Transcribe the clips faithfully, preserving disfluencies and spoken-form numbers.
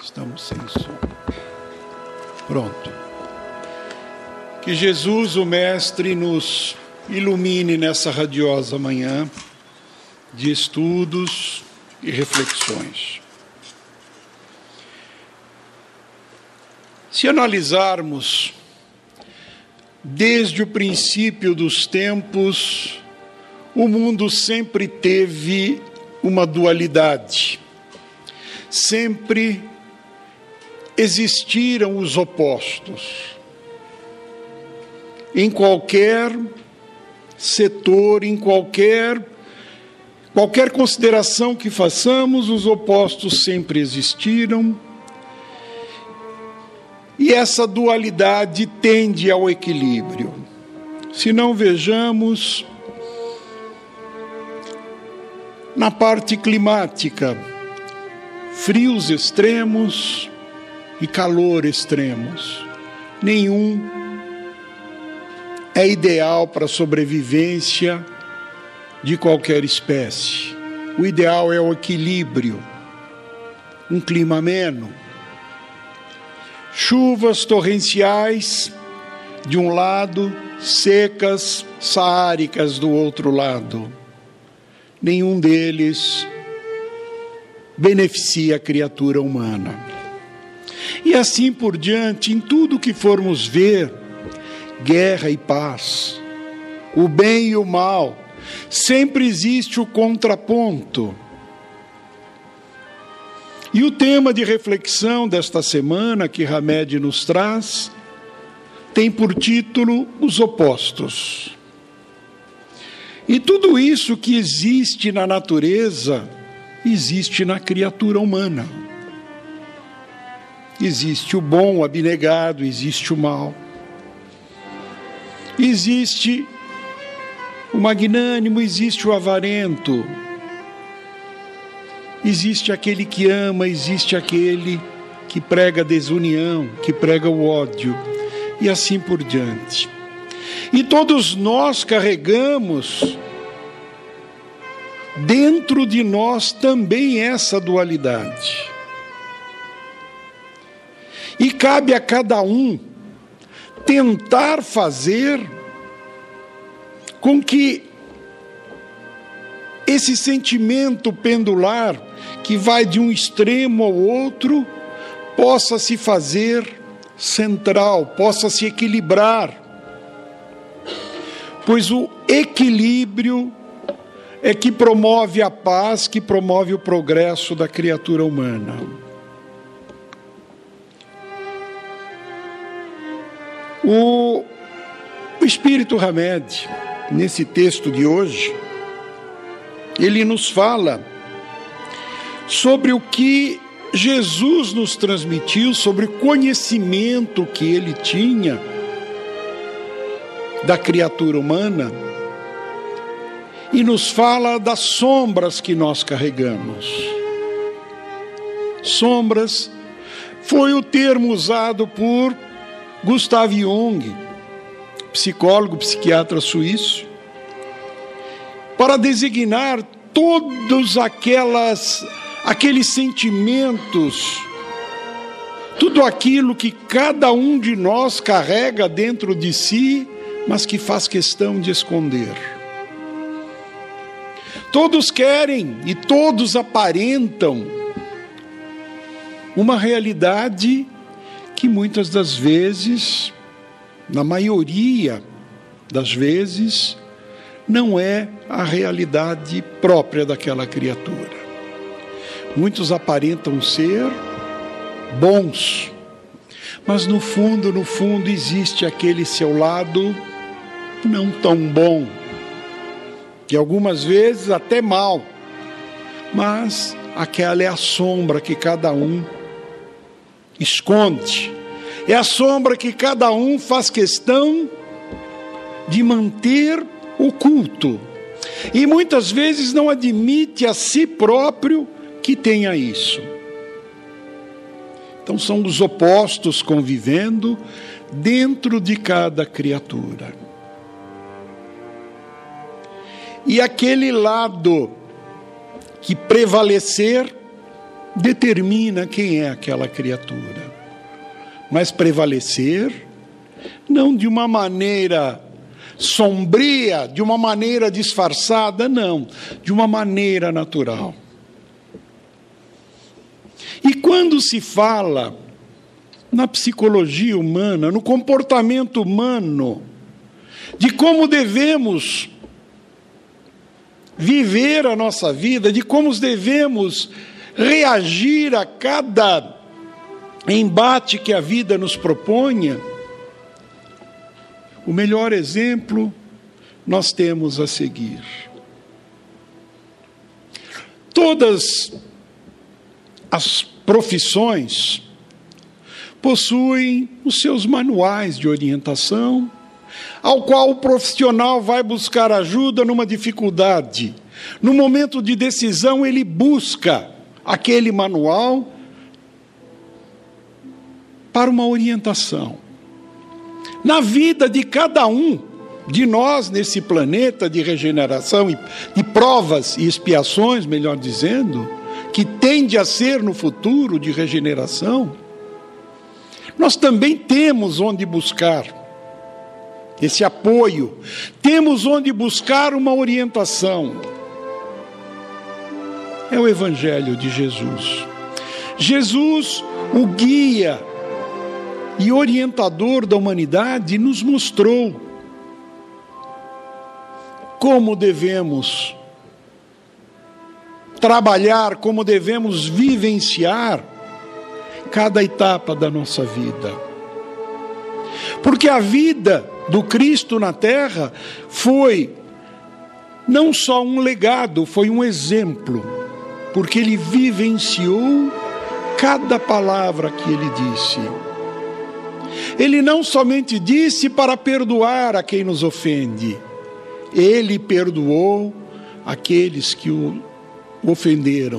Estamos sem som. Pronto. Que Jesus, o Mestre, nos ilumine nessa radiosa manhã de estudos e reflexões. Se analisarmos desde o princípio dos tempos, o mundo sempre teve uma dualidade. Sempre existiram os opostos. Em qualquer setor, em qualquer, qualquer consideração que façamos, os opostos sempre existiram. E essa dualidade tende ao equilíbrio. Se não vejamos na parte climática, frios extremos e calor extremos. Nenhum é ideal para a sobrevivência de qualquer espécie. O ideal é o equilíbrio, um clima ameno. Chuvas torrenciais de um lado, secas, saáricas do outro lado. Nenhum deles beneficia a criatura humana. E assim por diante, em tudo que formos ver, guerra e paz, o bem e o mal, sempre existe o contraponto. E o tema de reflexão desta semana que Hamed nos traz tem por título Os Opostos. E tudo isso que existe na natureza, existe na criatura humana. Existe o bom, o abnegado, existe o mal. Existe o magnânimo, existe o avarento. Existe aquele que ama, existe aquele que prega a desunião, que prega o ódio, e assim por diante. E todos nós carregamos dentro de nós também essa dualidade. E cabe a cada um tentar fazer com que esse sentimento pendular, que vai de um extremo ao outro, possa se fazer central, possa se equilibrar. Pois o equilíbrio é que promove a paz, que promove o progresso da criatura humana. O, o Espírito Hamed, nesse texto de hoje, ele nos fala sobre o que Jesus nos transmitiu, sobre o conhecimento que ele tinha da criatura humana, e nos fala das sombras que nós carregamos. Sombras foi o termo usado por Gustav Jung, psicólogo, psiquiatra suíço, para designar todos aquelas, aqueles sentimentos, tudo aquilo que cada um de nós carrega dentro de si, mas que faz questão de esconder. Todos querem e todos aparentam uma realidade que muitas das vezes, na maioria das vezes, não é a realidade própria daquela criatura. Muitos aparentam ser bons, mas no fundo, no fundo, existe aquele seu lado não tão bom, que algumas vezes até mal, mas aquela é a sombra que cada um esconde, é a sombra que cada um faz questão de manter oculto, e muitas vezes não admite a si próprio que tenha isso. Então são os opostos convivendo dentro de cada criatura. E aquele lado que prevalecer determina quem é aquela criatura. Mas prevalecer, não de uma maneira sombria, de uma maneira disfarçada, não, de uma maneira natural. E quando se fala na psicologia humana, no comportamento humano, de como devemos viver a nossa vida, de como devemos reagir a cada embate que a vida nos proponha, o melhor exemplo nós temos a seguir. Todas as profissões possuem os seus manuais de orientação, ao qual o profissional vai buscar ajuda numa dificuldade. No momento de decisão, ele busca aquele manual para uma orientação. Na vida de cada um de nós, nesse planeta de regeneração e de provas e expiações, melhor dizendo, que tende a ser no futuro de regeneração, nós também temos onde buscar esse apoio, temos onde buscar uma orientação. É o Evangelho de Jesus. Jesus, o guia e orientador da humanidade, nos mostrou como devemos trabalhar, como devemos vivenciar cada etapa da nossa vida. Porque a vida do Cristo na terra foi não só um legado, foi um exemplo, porque ele vivenciou cada palavra que ele disse. Ele não somente disse para perdoar a quem nos ofende, ele perdoou aqueles que o ofenderam.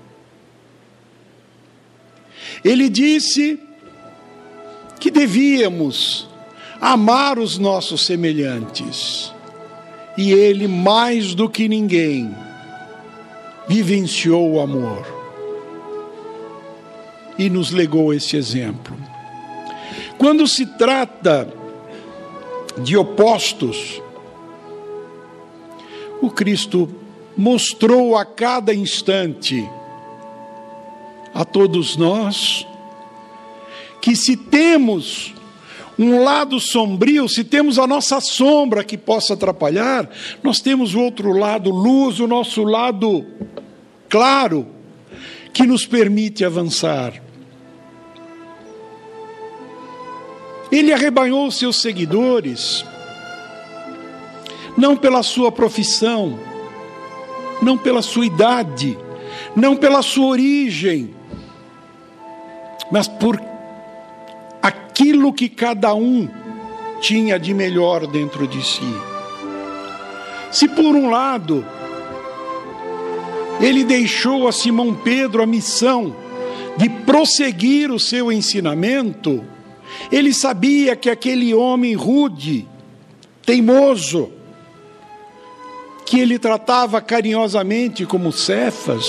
Ele disse que devíamos amar os nossos semelhantes, e ele, mais do que ninguém, vivenciou o amor e nos legou esse exemplo. Quando se trata de opostos, o Cristo mostrou a cada instante a todos nós que se temos um lado sombrio, se temos a nossa sombra que possa atrapalhar, nós temos o outro lado luz, o nosso lado claro, que nos permite avançar. Ele arrebanhou seus seguidores, não pela sua profissão, não pela sua idade, não pela sua origem, mas por aquilo que cada um tinha de melhor dentro de si. Se por um lado, ele deixou a Simão Pedro a missão de prosseguir o seu ensinamento, ele sabia que aquele homem rude, teimoso, que ele tratava carinhosamente como Cefas,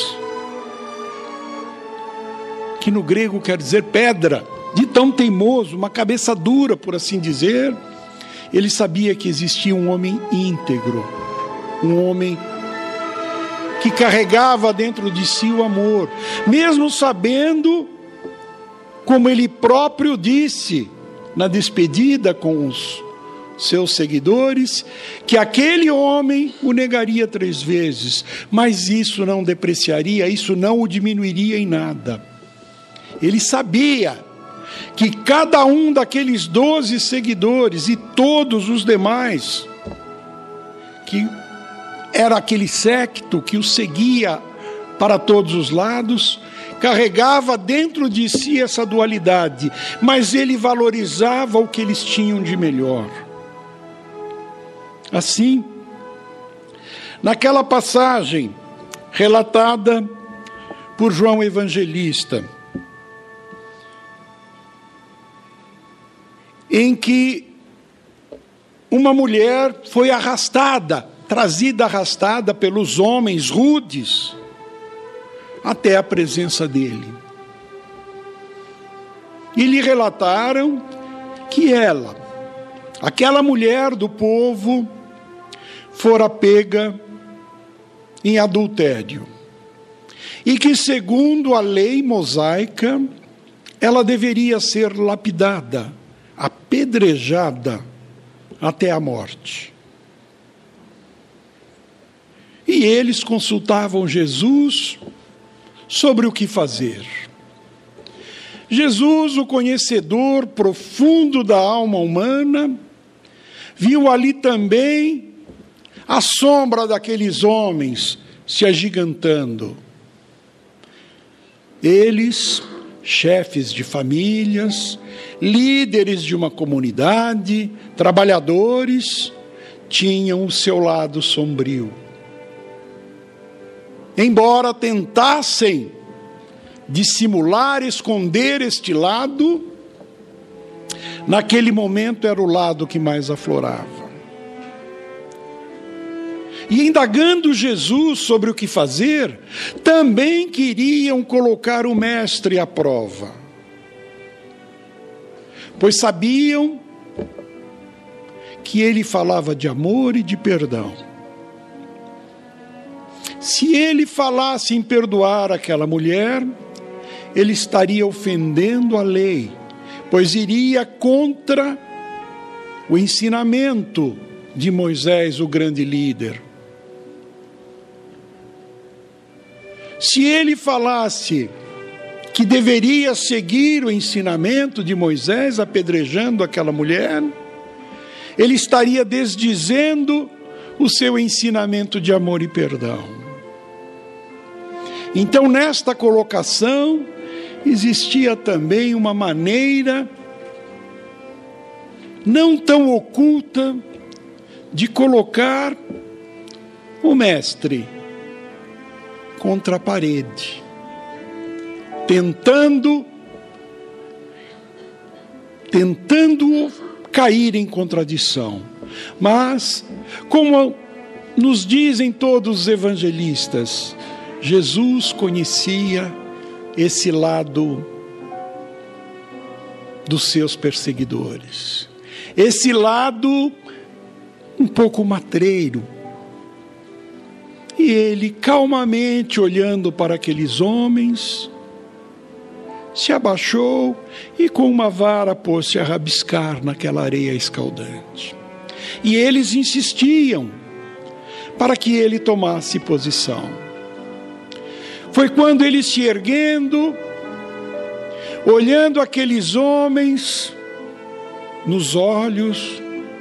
que no grego quer dizer pedra, de tão teimoso, uma cabeça dura, por assim dizer, ele sabia que existia um homem íntegro, um homem que carregava dentro de si o amor, mesmo sabendo, como ele próprio disse na despedida com os seus seguidores, que aquele homem o negaria três vezes, mas isso não depreciaria, isso não o diminuiria em nada. Ele sabia que cada um daqueles doze seguidores e todos os demais, que era aquele séquito que o seguia para todos os lados, carregava dentro de si essa dualidade, mas ele valorizava o que eles tinham de melhor. Assim, naquela passagem relatada por João Evangelista, em que uma mulher foi arrastada, trazida arrastada pelos homens rudes, até a presença dele. E lhe relataram que ela, aquela mulher do povo, fora pega em adultério. E que, segundo a lei mosaica, ela deveria ser lapidada, apedrejada até a morte. E eles consultavam Jesus sobre o que fazer. Jesus, o conhecedor profundo da alma humana, viu ali também a sombra daqueles homens se agigantando. Eles, chefes de famílias, líderes de uma comunidade, trabalhadores, tinham o seu lado sombrio. Embora tentassem dissimular, esconder este lado, naquele momento era o lado que mais aflorava. E indagando Jesus sobre o que fazer, também queriam colocar o mestre à prova. Pois sabiam que ele falava de amor e de perdão. Se ele falasse em perdoar aquela mulher, ele estaria ofendendo a lei, pois iria contra o ensinamento de Moisés, o grande líder. Se ele falasse que deveria seguir o ensinamento de Moisés, apedrejando aquela mulher, ele estaria desdizendo o seu ensinamento de amor e perdão. Então, nesta colocação, existia também uma maneira não tão oculta de colocar o mestre contra a parede, tentando, tentando cair em contradição. Mas, como nos dizem todos os evangelistas, Jesus conhecia esse lado dos seus perseguidores, esse lado um pouco matreiro. E ele, calmamente olhando para aqueles homens, se abaixou e com uma vara pôs-se a rabiscar naquela areia escaldante. E eles insistiam para que ele tomasse posição. Foi quando ele, se erguendo, olhando aqueles homens nos olhos,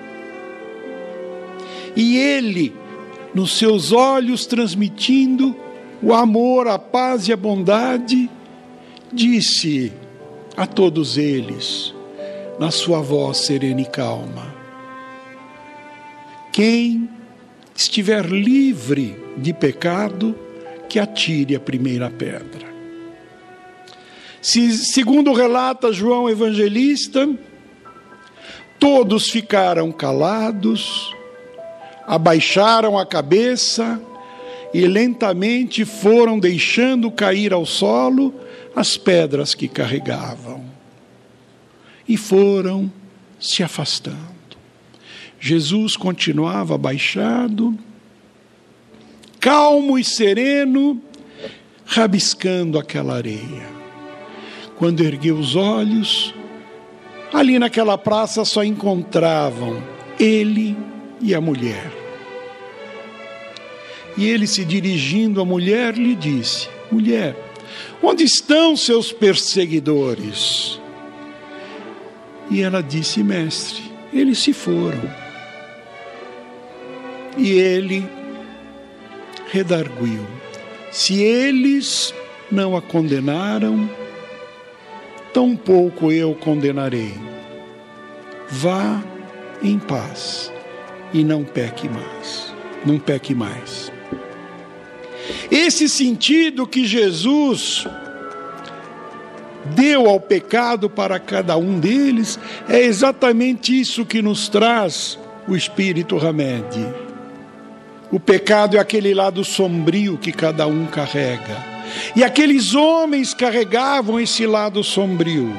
e ele, nos seus olhos transmitindo o amor, a paz e a bondade, disse a todos eles, na sua voz serena e calma: quem estiver livre de pecado, que atire a primeira pedra. Se, segundo relata João Evangelista, todos ficaram calados, abaixaram a cabeça e lentamente foram deixando cair ao solo as pedras que carregavam. E foram se afastando. Jesus continuava abaixado, calmo e sereno, rabiscando aquela areia. Quando ergueu os olhos, ali naquela praça só encontravam ele e a mulher. E ele, se dirigindo à mulher, lhe disse: mulher, onde estão seus perseguidores? E ela disse: mestre, eles se foram. E ele redarguiu: se eles não a condenaram, tampouco eu condenarei. Vá em paz e não peque mais. Não peque mais. Esse sentido que Jesus deu ao pecado para cada um deles é exatamente isso que nos traz o Espírito Hamed. O pecado é aquele lado sombrio que cada um carrega. E aqueles homens carregavam esse lado sombrio.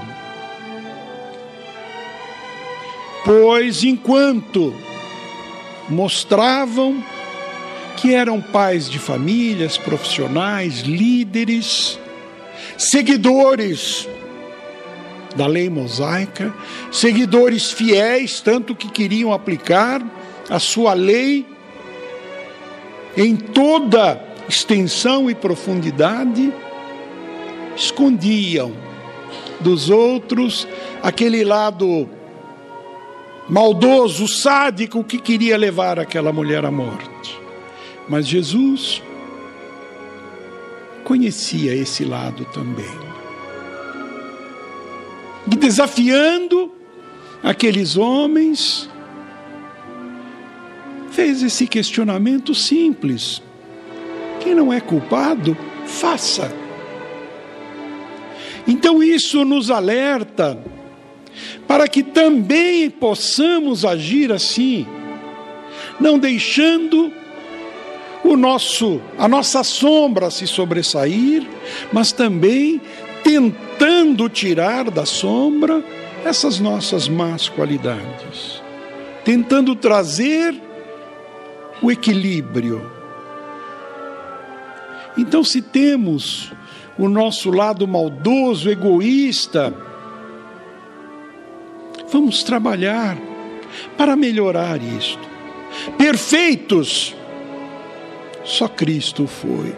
Pois enquanto mostravam que eram pais de famílias, profissionais, líderes, seguidores da lei mosaica, seguidores fiéis, tanto que queriam aplicar a sua lei em toda extensão e profundidade, escondiam dos outros aquele lado maldoso, sádico, que queria levar aquela mulher à morte. Mas Jesus conhecia esse lado também. E desafiando aqueles homens, fez esse questionamento simples: quem não é culpado, faça. Então isso nos alerta para que também possamos agir assim, não deixando o nosso, a nossa sombra se sobressair, mas também tentando tirar da sombra essas nossas más qualidades, tentando trazer o equilíbrio. Então, se temos o nosso lado maldoso, egoísta, vamos trabalhar para melhorar isto. Perfeitos, só Cristo foi.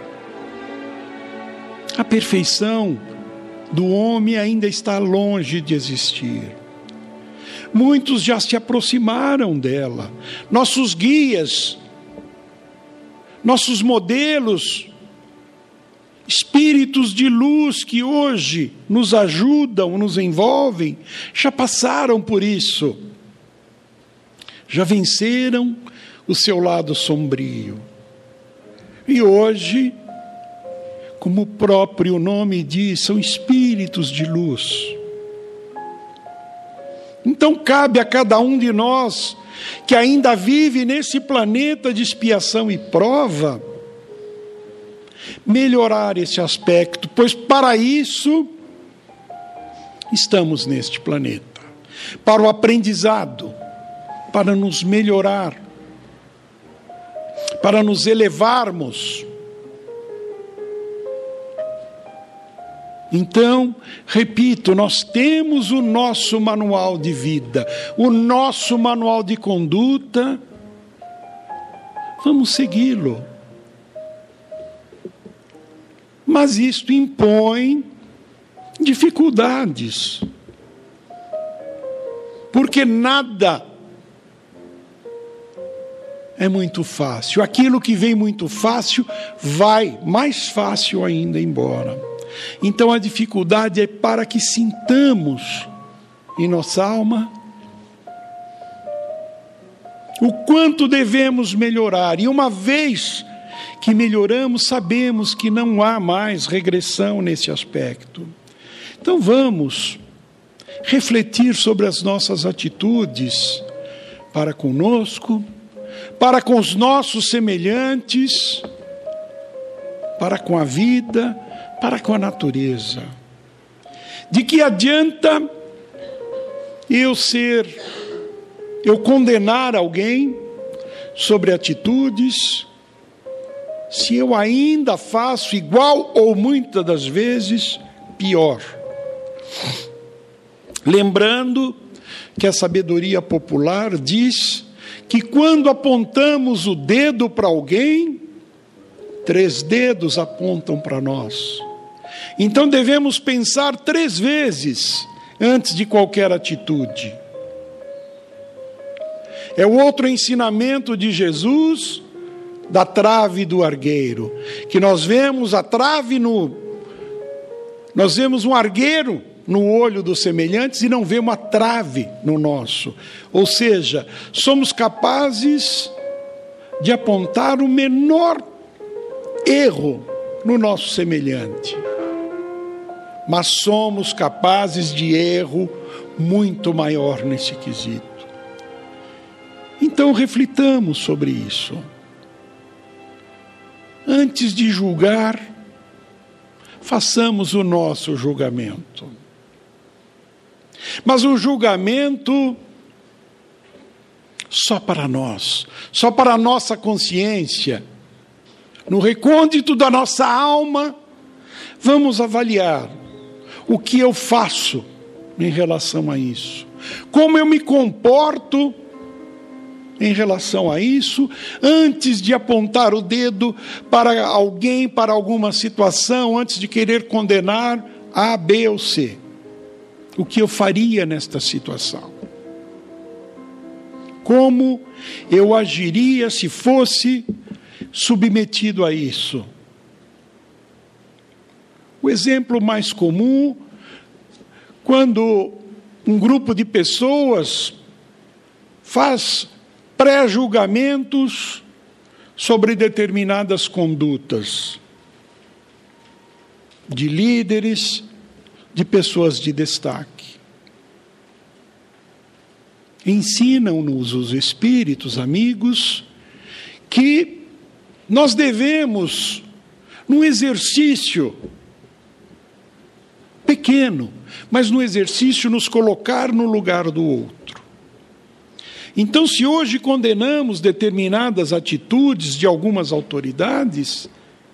A perfeição do homem ainda está longe de existir. Muitos já se aproximaram dela. Nossos guias, nossos modelos, espíritos de luz que hoje nos ajudam, nos envolvem, já passaram por isso. Já venceram o seu lado sombrio. E hoje, como o próprio nome diz, são espíritos de luz. Então cabe a cada um de nós, que ainda vive nesse planeta de expiação e prova, melhorar esse aspecto, pois para isso estamos neste planeta, para o aprendizado, para nos melhorar, para nos elevarmos. Então, repito, nós temos o nosso manual de vida, o nosso manual de conduta, vamos segui-lo. Mas isto impõe dificuldades, porque nada é muito fácil. Aquilo que vem muito fácil, vai mais fácil ainda embora. Então a dificuldade é para que sintamos em nossa alma o quanto devemos melhorar. E uma vez que melhoramos, sabemos que não há mais regressão nesse aspecto. Então vamos refletir sobre as nossas atitudes para conosco, para com os nossos semelhantes, para com a vida, para com a natureza. De que adianta eu ser, eu condenar alguém sobre atitudes, se eu ainda faço igual ou muitas das vezes pior? Lembrando que a sabedoria popular diz que quando apontamos o dedo para alguém, três dedos apontam para nós. Então devemos pensar três vezes antes de qualquer atitude. É o outro ensinamento de Jesus da trave do argueiro, que nós vemos a trave no... Nós vemos um argueiro no olho dos semelhantes e não vemos a trave no nosso. Ou seja, somos capazes de apontar o menor erro no nosso semelhante, mas somos capazes de erro muito maior nesse quesito. Então reflitamos sobre isso. Antes de julgar, façamos o nosso julgamento. Mas um julgamento só para nós, só para a nossa consciência, no recôndito da nossa alma, vamos avaliar o que eu faço em relação a isso, como eu me comporto em relação a isso, antes de apontar o dedo para alguém, para alguma situação, antes de querer condenar A, B ou C. O que eu faria nesta situação? Como eu agiria se fosse submetido a isso? O exemplo mais comum, quando um grupo de pessoas faz pré-julgamentos sobre determinadas condutas de líderes, de pessoas de destaque. Ensinam-nos os espíritos amigos que nós devemos, num exercício pequeno, mas no exercício nos colocar no lugar do outro. Então, se hoje condenamos determinadas atitudes de algumas autoridades,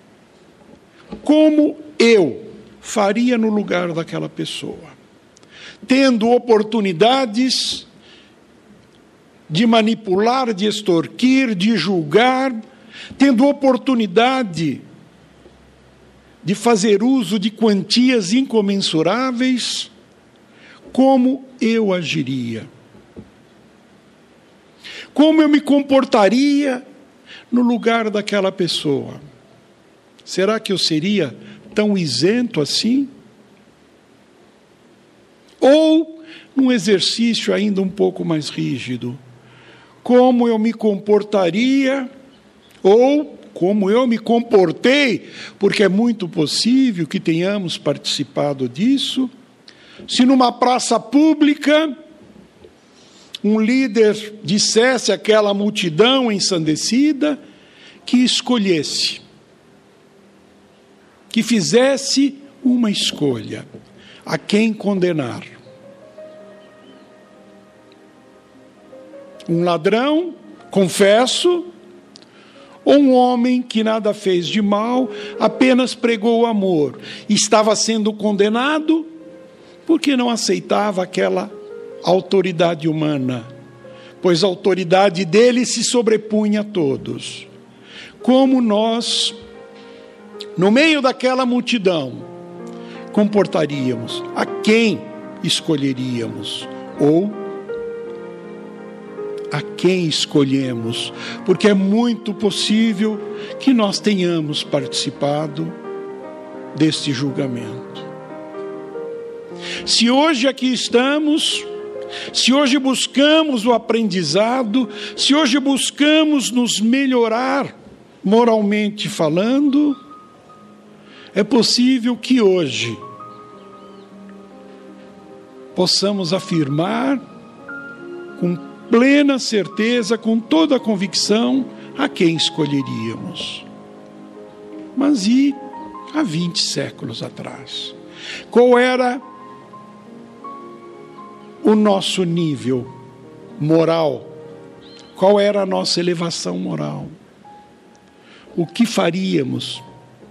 como eu faria no lugar daquela pessoa? Tendo oportunidades de manipular, de extorquir, de julgar, tendo oportunidade de fazer uso de quantias incomensuráveis, como eu agiria? Como eu me comportaria no lugar daquela pessoa? Será que eu seria tão isento assim? Ou, num exercício ainda um pouco mais rígido, como eu me comportaria, ou como eu me comportei, porque é muito possível que tenhamos participado disso, se numa praça pública um líder dissesse àquela multidão ensandecida que escolhesse, que fizesse uma escolha, a quem condenar. Um ladrão, confesso, ou um homem que nada fez de mal, apenas pregou o amor, estava sendo condenado porque não aceitava aquela autoridade humana, pois a autoridade dele se sobrepunha a todos. Como nós, no meio daquela multidão, comportaríamos? A quem escolheríamos? Ou a quem escolhemos? Porque é muito possível que nós tenhamos participado deste julgamento. Se hoje aqui estamos, se hoje buscamos o aprendizado, se hoje buscamos nos melhorar moralmente falando, é possível que hoje possamos afirmar com plena certeza, com toda a convicção, a quem escolheríamos. Mas e há vinte séculos atrás? Qual era o nosso nível moral? Qual era a nossa elevação moral? O que faríamos?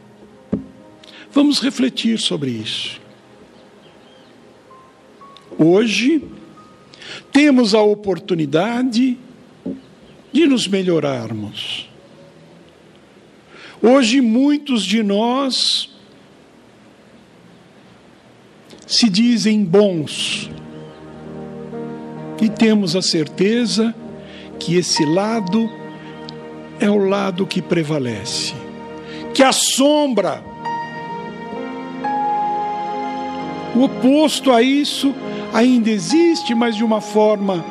Vamos refletir sobre isso. Hoje, temos a oportunidade de nos melhorarmos. Hoje, muitos de nós se dizem bons, e temos a certeza que esse lado é o lado que prevalece, que a sombra, o oposto a isso, ainda existe, mas de uma forma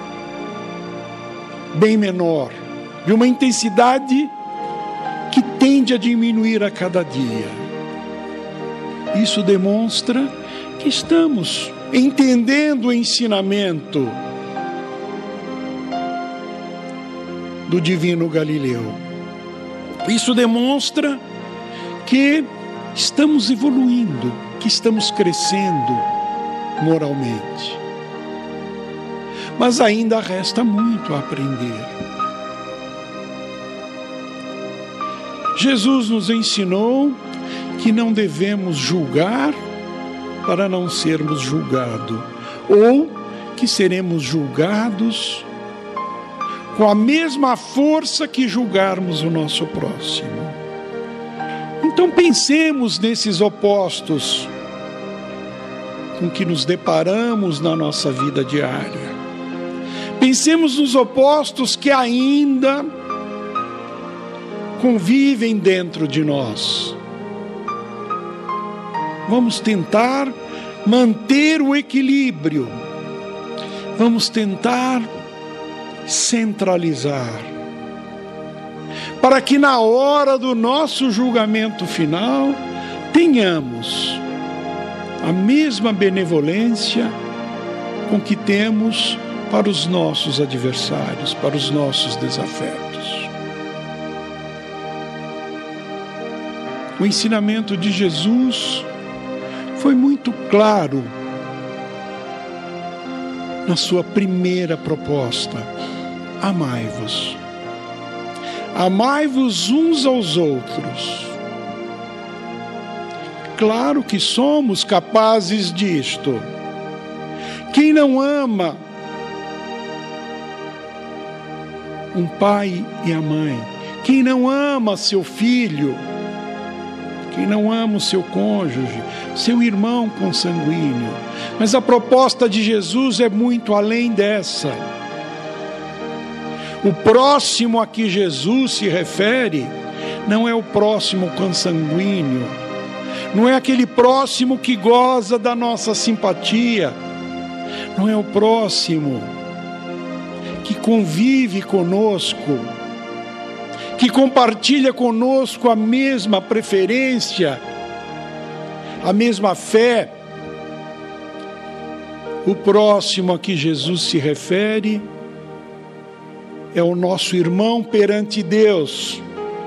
bem menor, de uma intensidade que tende a diminuir a cada dia. Isso demonstra que estamos entendendo o ensinamento do divino Galileu. Isso demonstra que estamos evoluindo, que estamos crescendo moralmente. Mas ainda resta muito a aprender. Jesus nos ensinou que não devemos julgar para não sermos julgados, ou que seremos julgados com a mesma força que julgarmos o nosso próximo. Então pensemos nesses opostos com que nos deparamos na nossa vida diária. Pensemos nos opostos que ainda convivem dentro de nós. Vamos tentar manter o equilíbrio. Vamos tentar centralizar, para que na hora do nosso julgamento final tenhamos a mesma benevolência com que temos para os nossos adversários, para os nossos desafetos. O ensinamento de Jesus foi muito claro na sua primeira proposta: amai-vos. Amai-vos uns aos outros. Claro que somos capazes disto. Quem não ama um pai e a mãe, quem não ama seu filho, quem não ama o seu cônjuge, seu irmão consanguíneo. Mas a proposta de Jesus é muito além dessa. O próximo a que Jesus se refere não é o próximo consanguíneo, não é aquele próximo que goza da nossa simpatia, não é o próximo que convive conosco, que compartilha conosco a mesma preferência, a mesma fé. O próximo a que Jesus se refere é o nosso irmão perante Deus,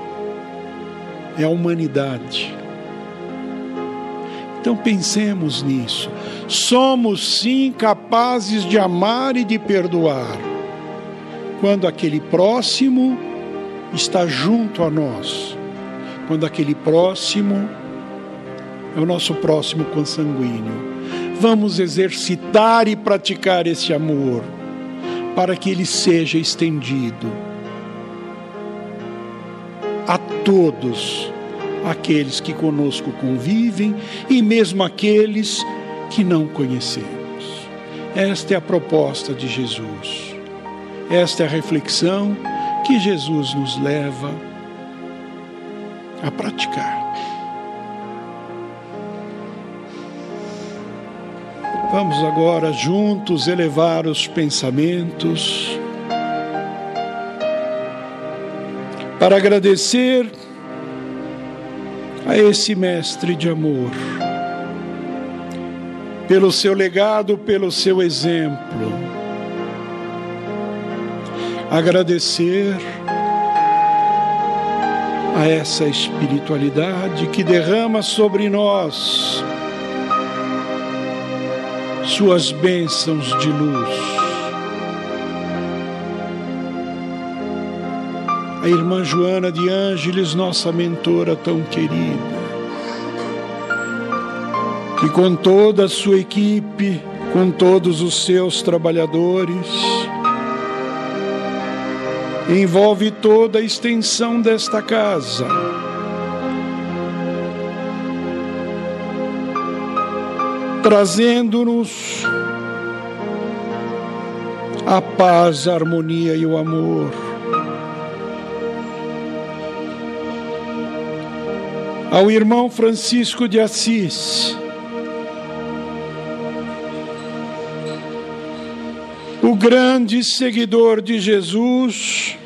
é a humanidade. Então pensemos nisso. Somos sim capazes de amar e de perdoar quando aquele próximo está junto a nós, quando aquele próximo é o nosso próximo consanguíneo. Vamos exercitar e praticar esse amor para que ele seja estendido a todos aqueles que conosco convivem e mesmo aqueles que não conhecemos. Esta é a proposta de Jesus. Esta é a reflexão que Jesus nos leva a praticar. Vamos agora juntos elevar os pensamentos para agradecer a esse mestre de amor pelo seu legado, pelo seu exemplo. Agradecer a essa espiritualidade que derrama sobre nós suas bênçãos de luz. A irmã Joana de Ângeles, nossa mentora tão querida, que com toda a sua equipe, com todos os seus trabalhadores, envolve toda a extensão desta casa, trazendo-nos a paz, a harmonia e o amor. Ao irmão Francisco de Assis, o grande seguidor de Jesus,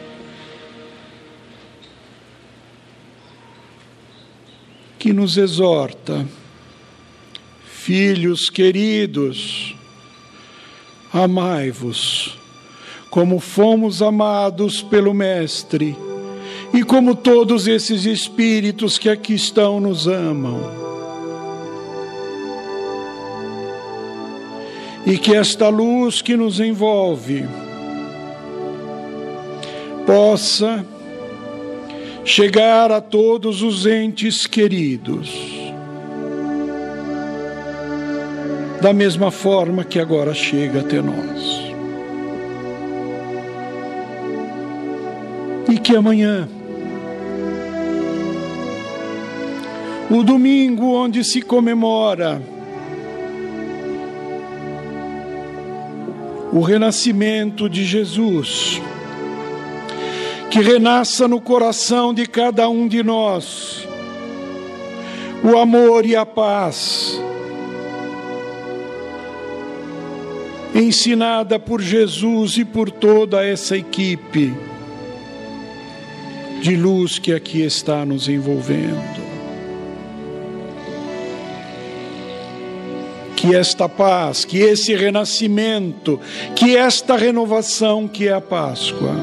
que nos exorta: filhos queridos, amai-vos, como fomos amados pelo Mestre, E como todos esses espíritos que aqui estão nos amam. E que esta luz que nos envolve possa chegar a todos os entes queridos, da mesma forma que agora chega até nós. E que amanhã, o domingo onde se comemora o renascimento de Jesus, que renasça no coração de cada um de nós o amor e a paz, ensinada por Jesus e por toda essa equipe de luz que aqui está nos envolvendo. Que esta paz, que esse renascimento, que esta renovação que é a Páscoa,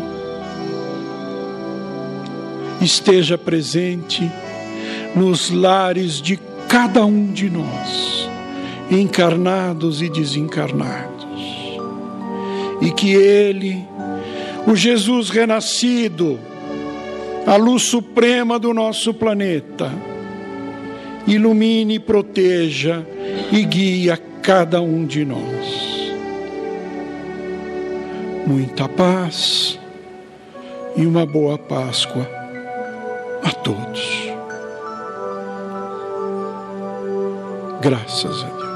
esteja presente nos lares de cada um de nós, encarnados e desencarnados. E que Ele, o Jesus renascido, a luz suprema do nosso planeta, ilumine, proteja e guie a cada um de nós. Muita paz e uma boa Páscoa a todos. Graças a Deus.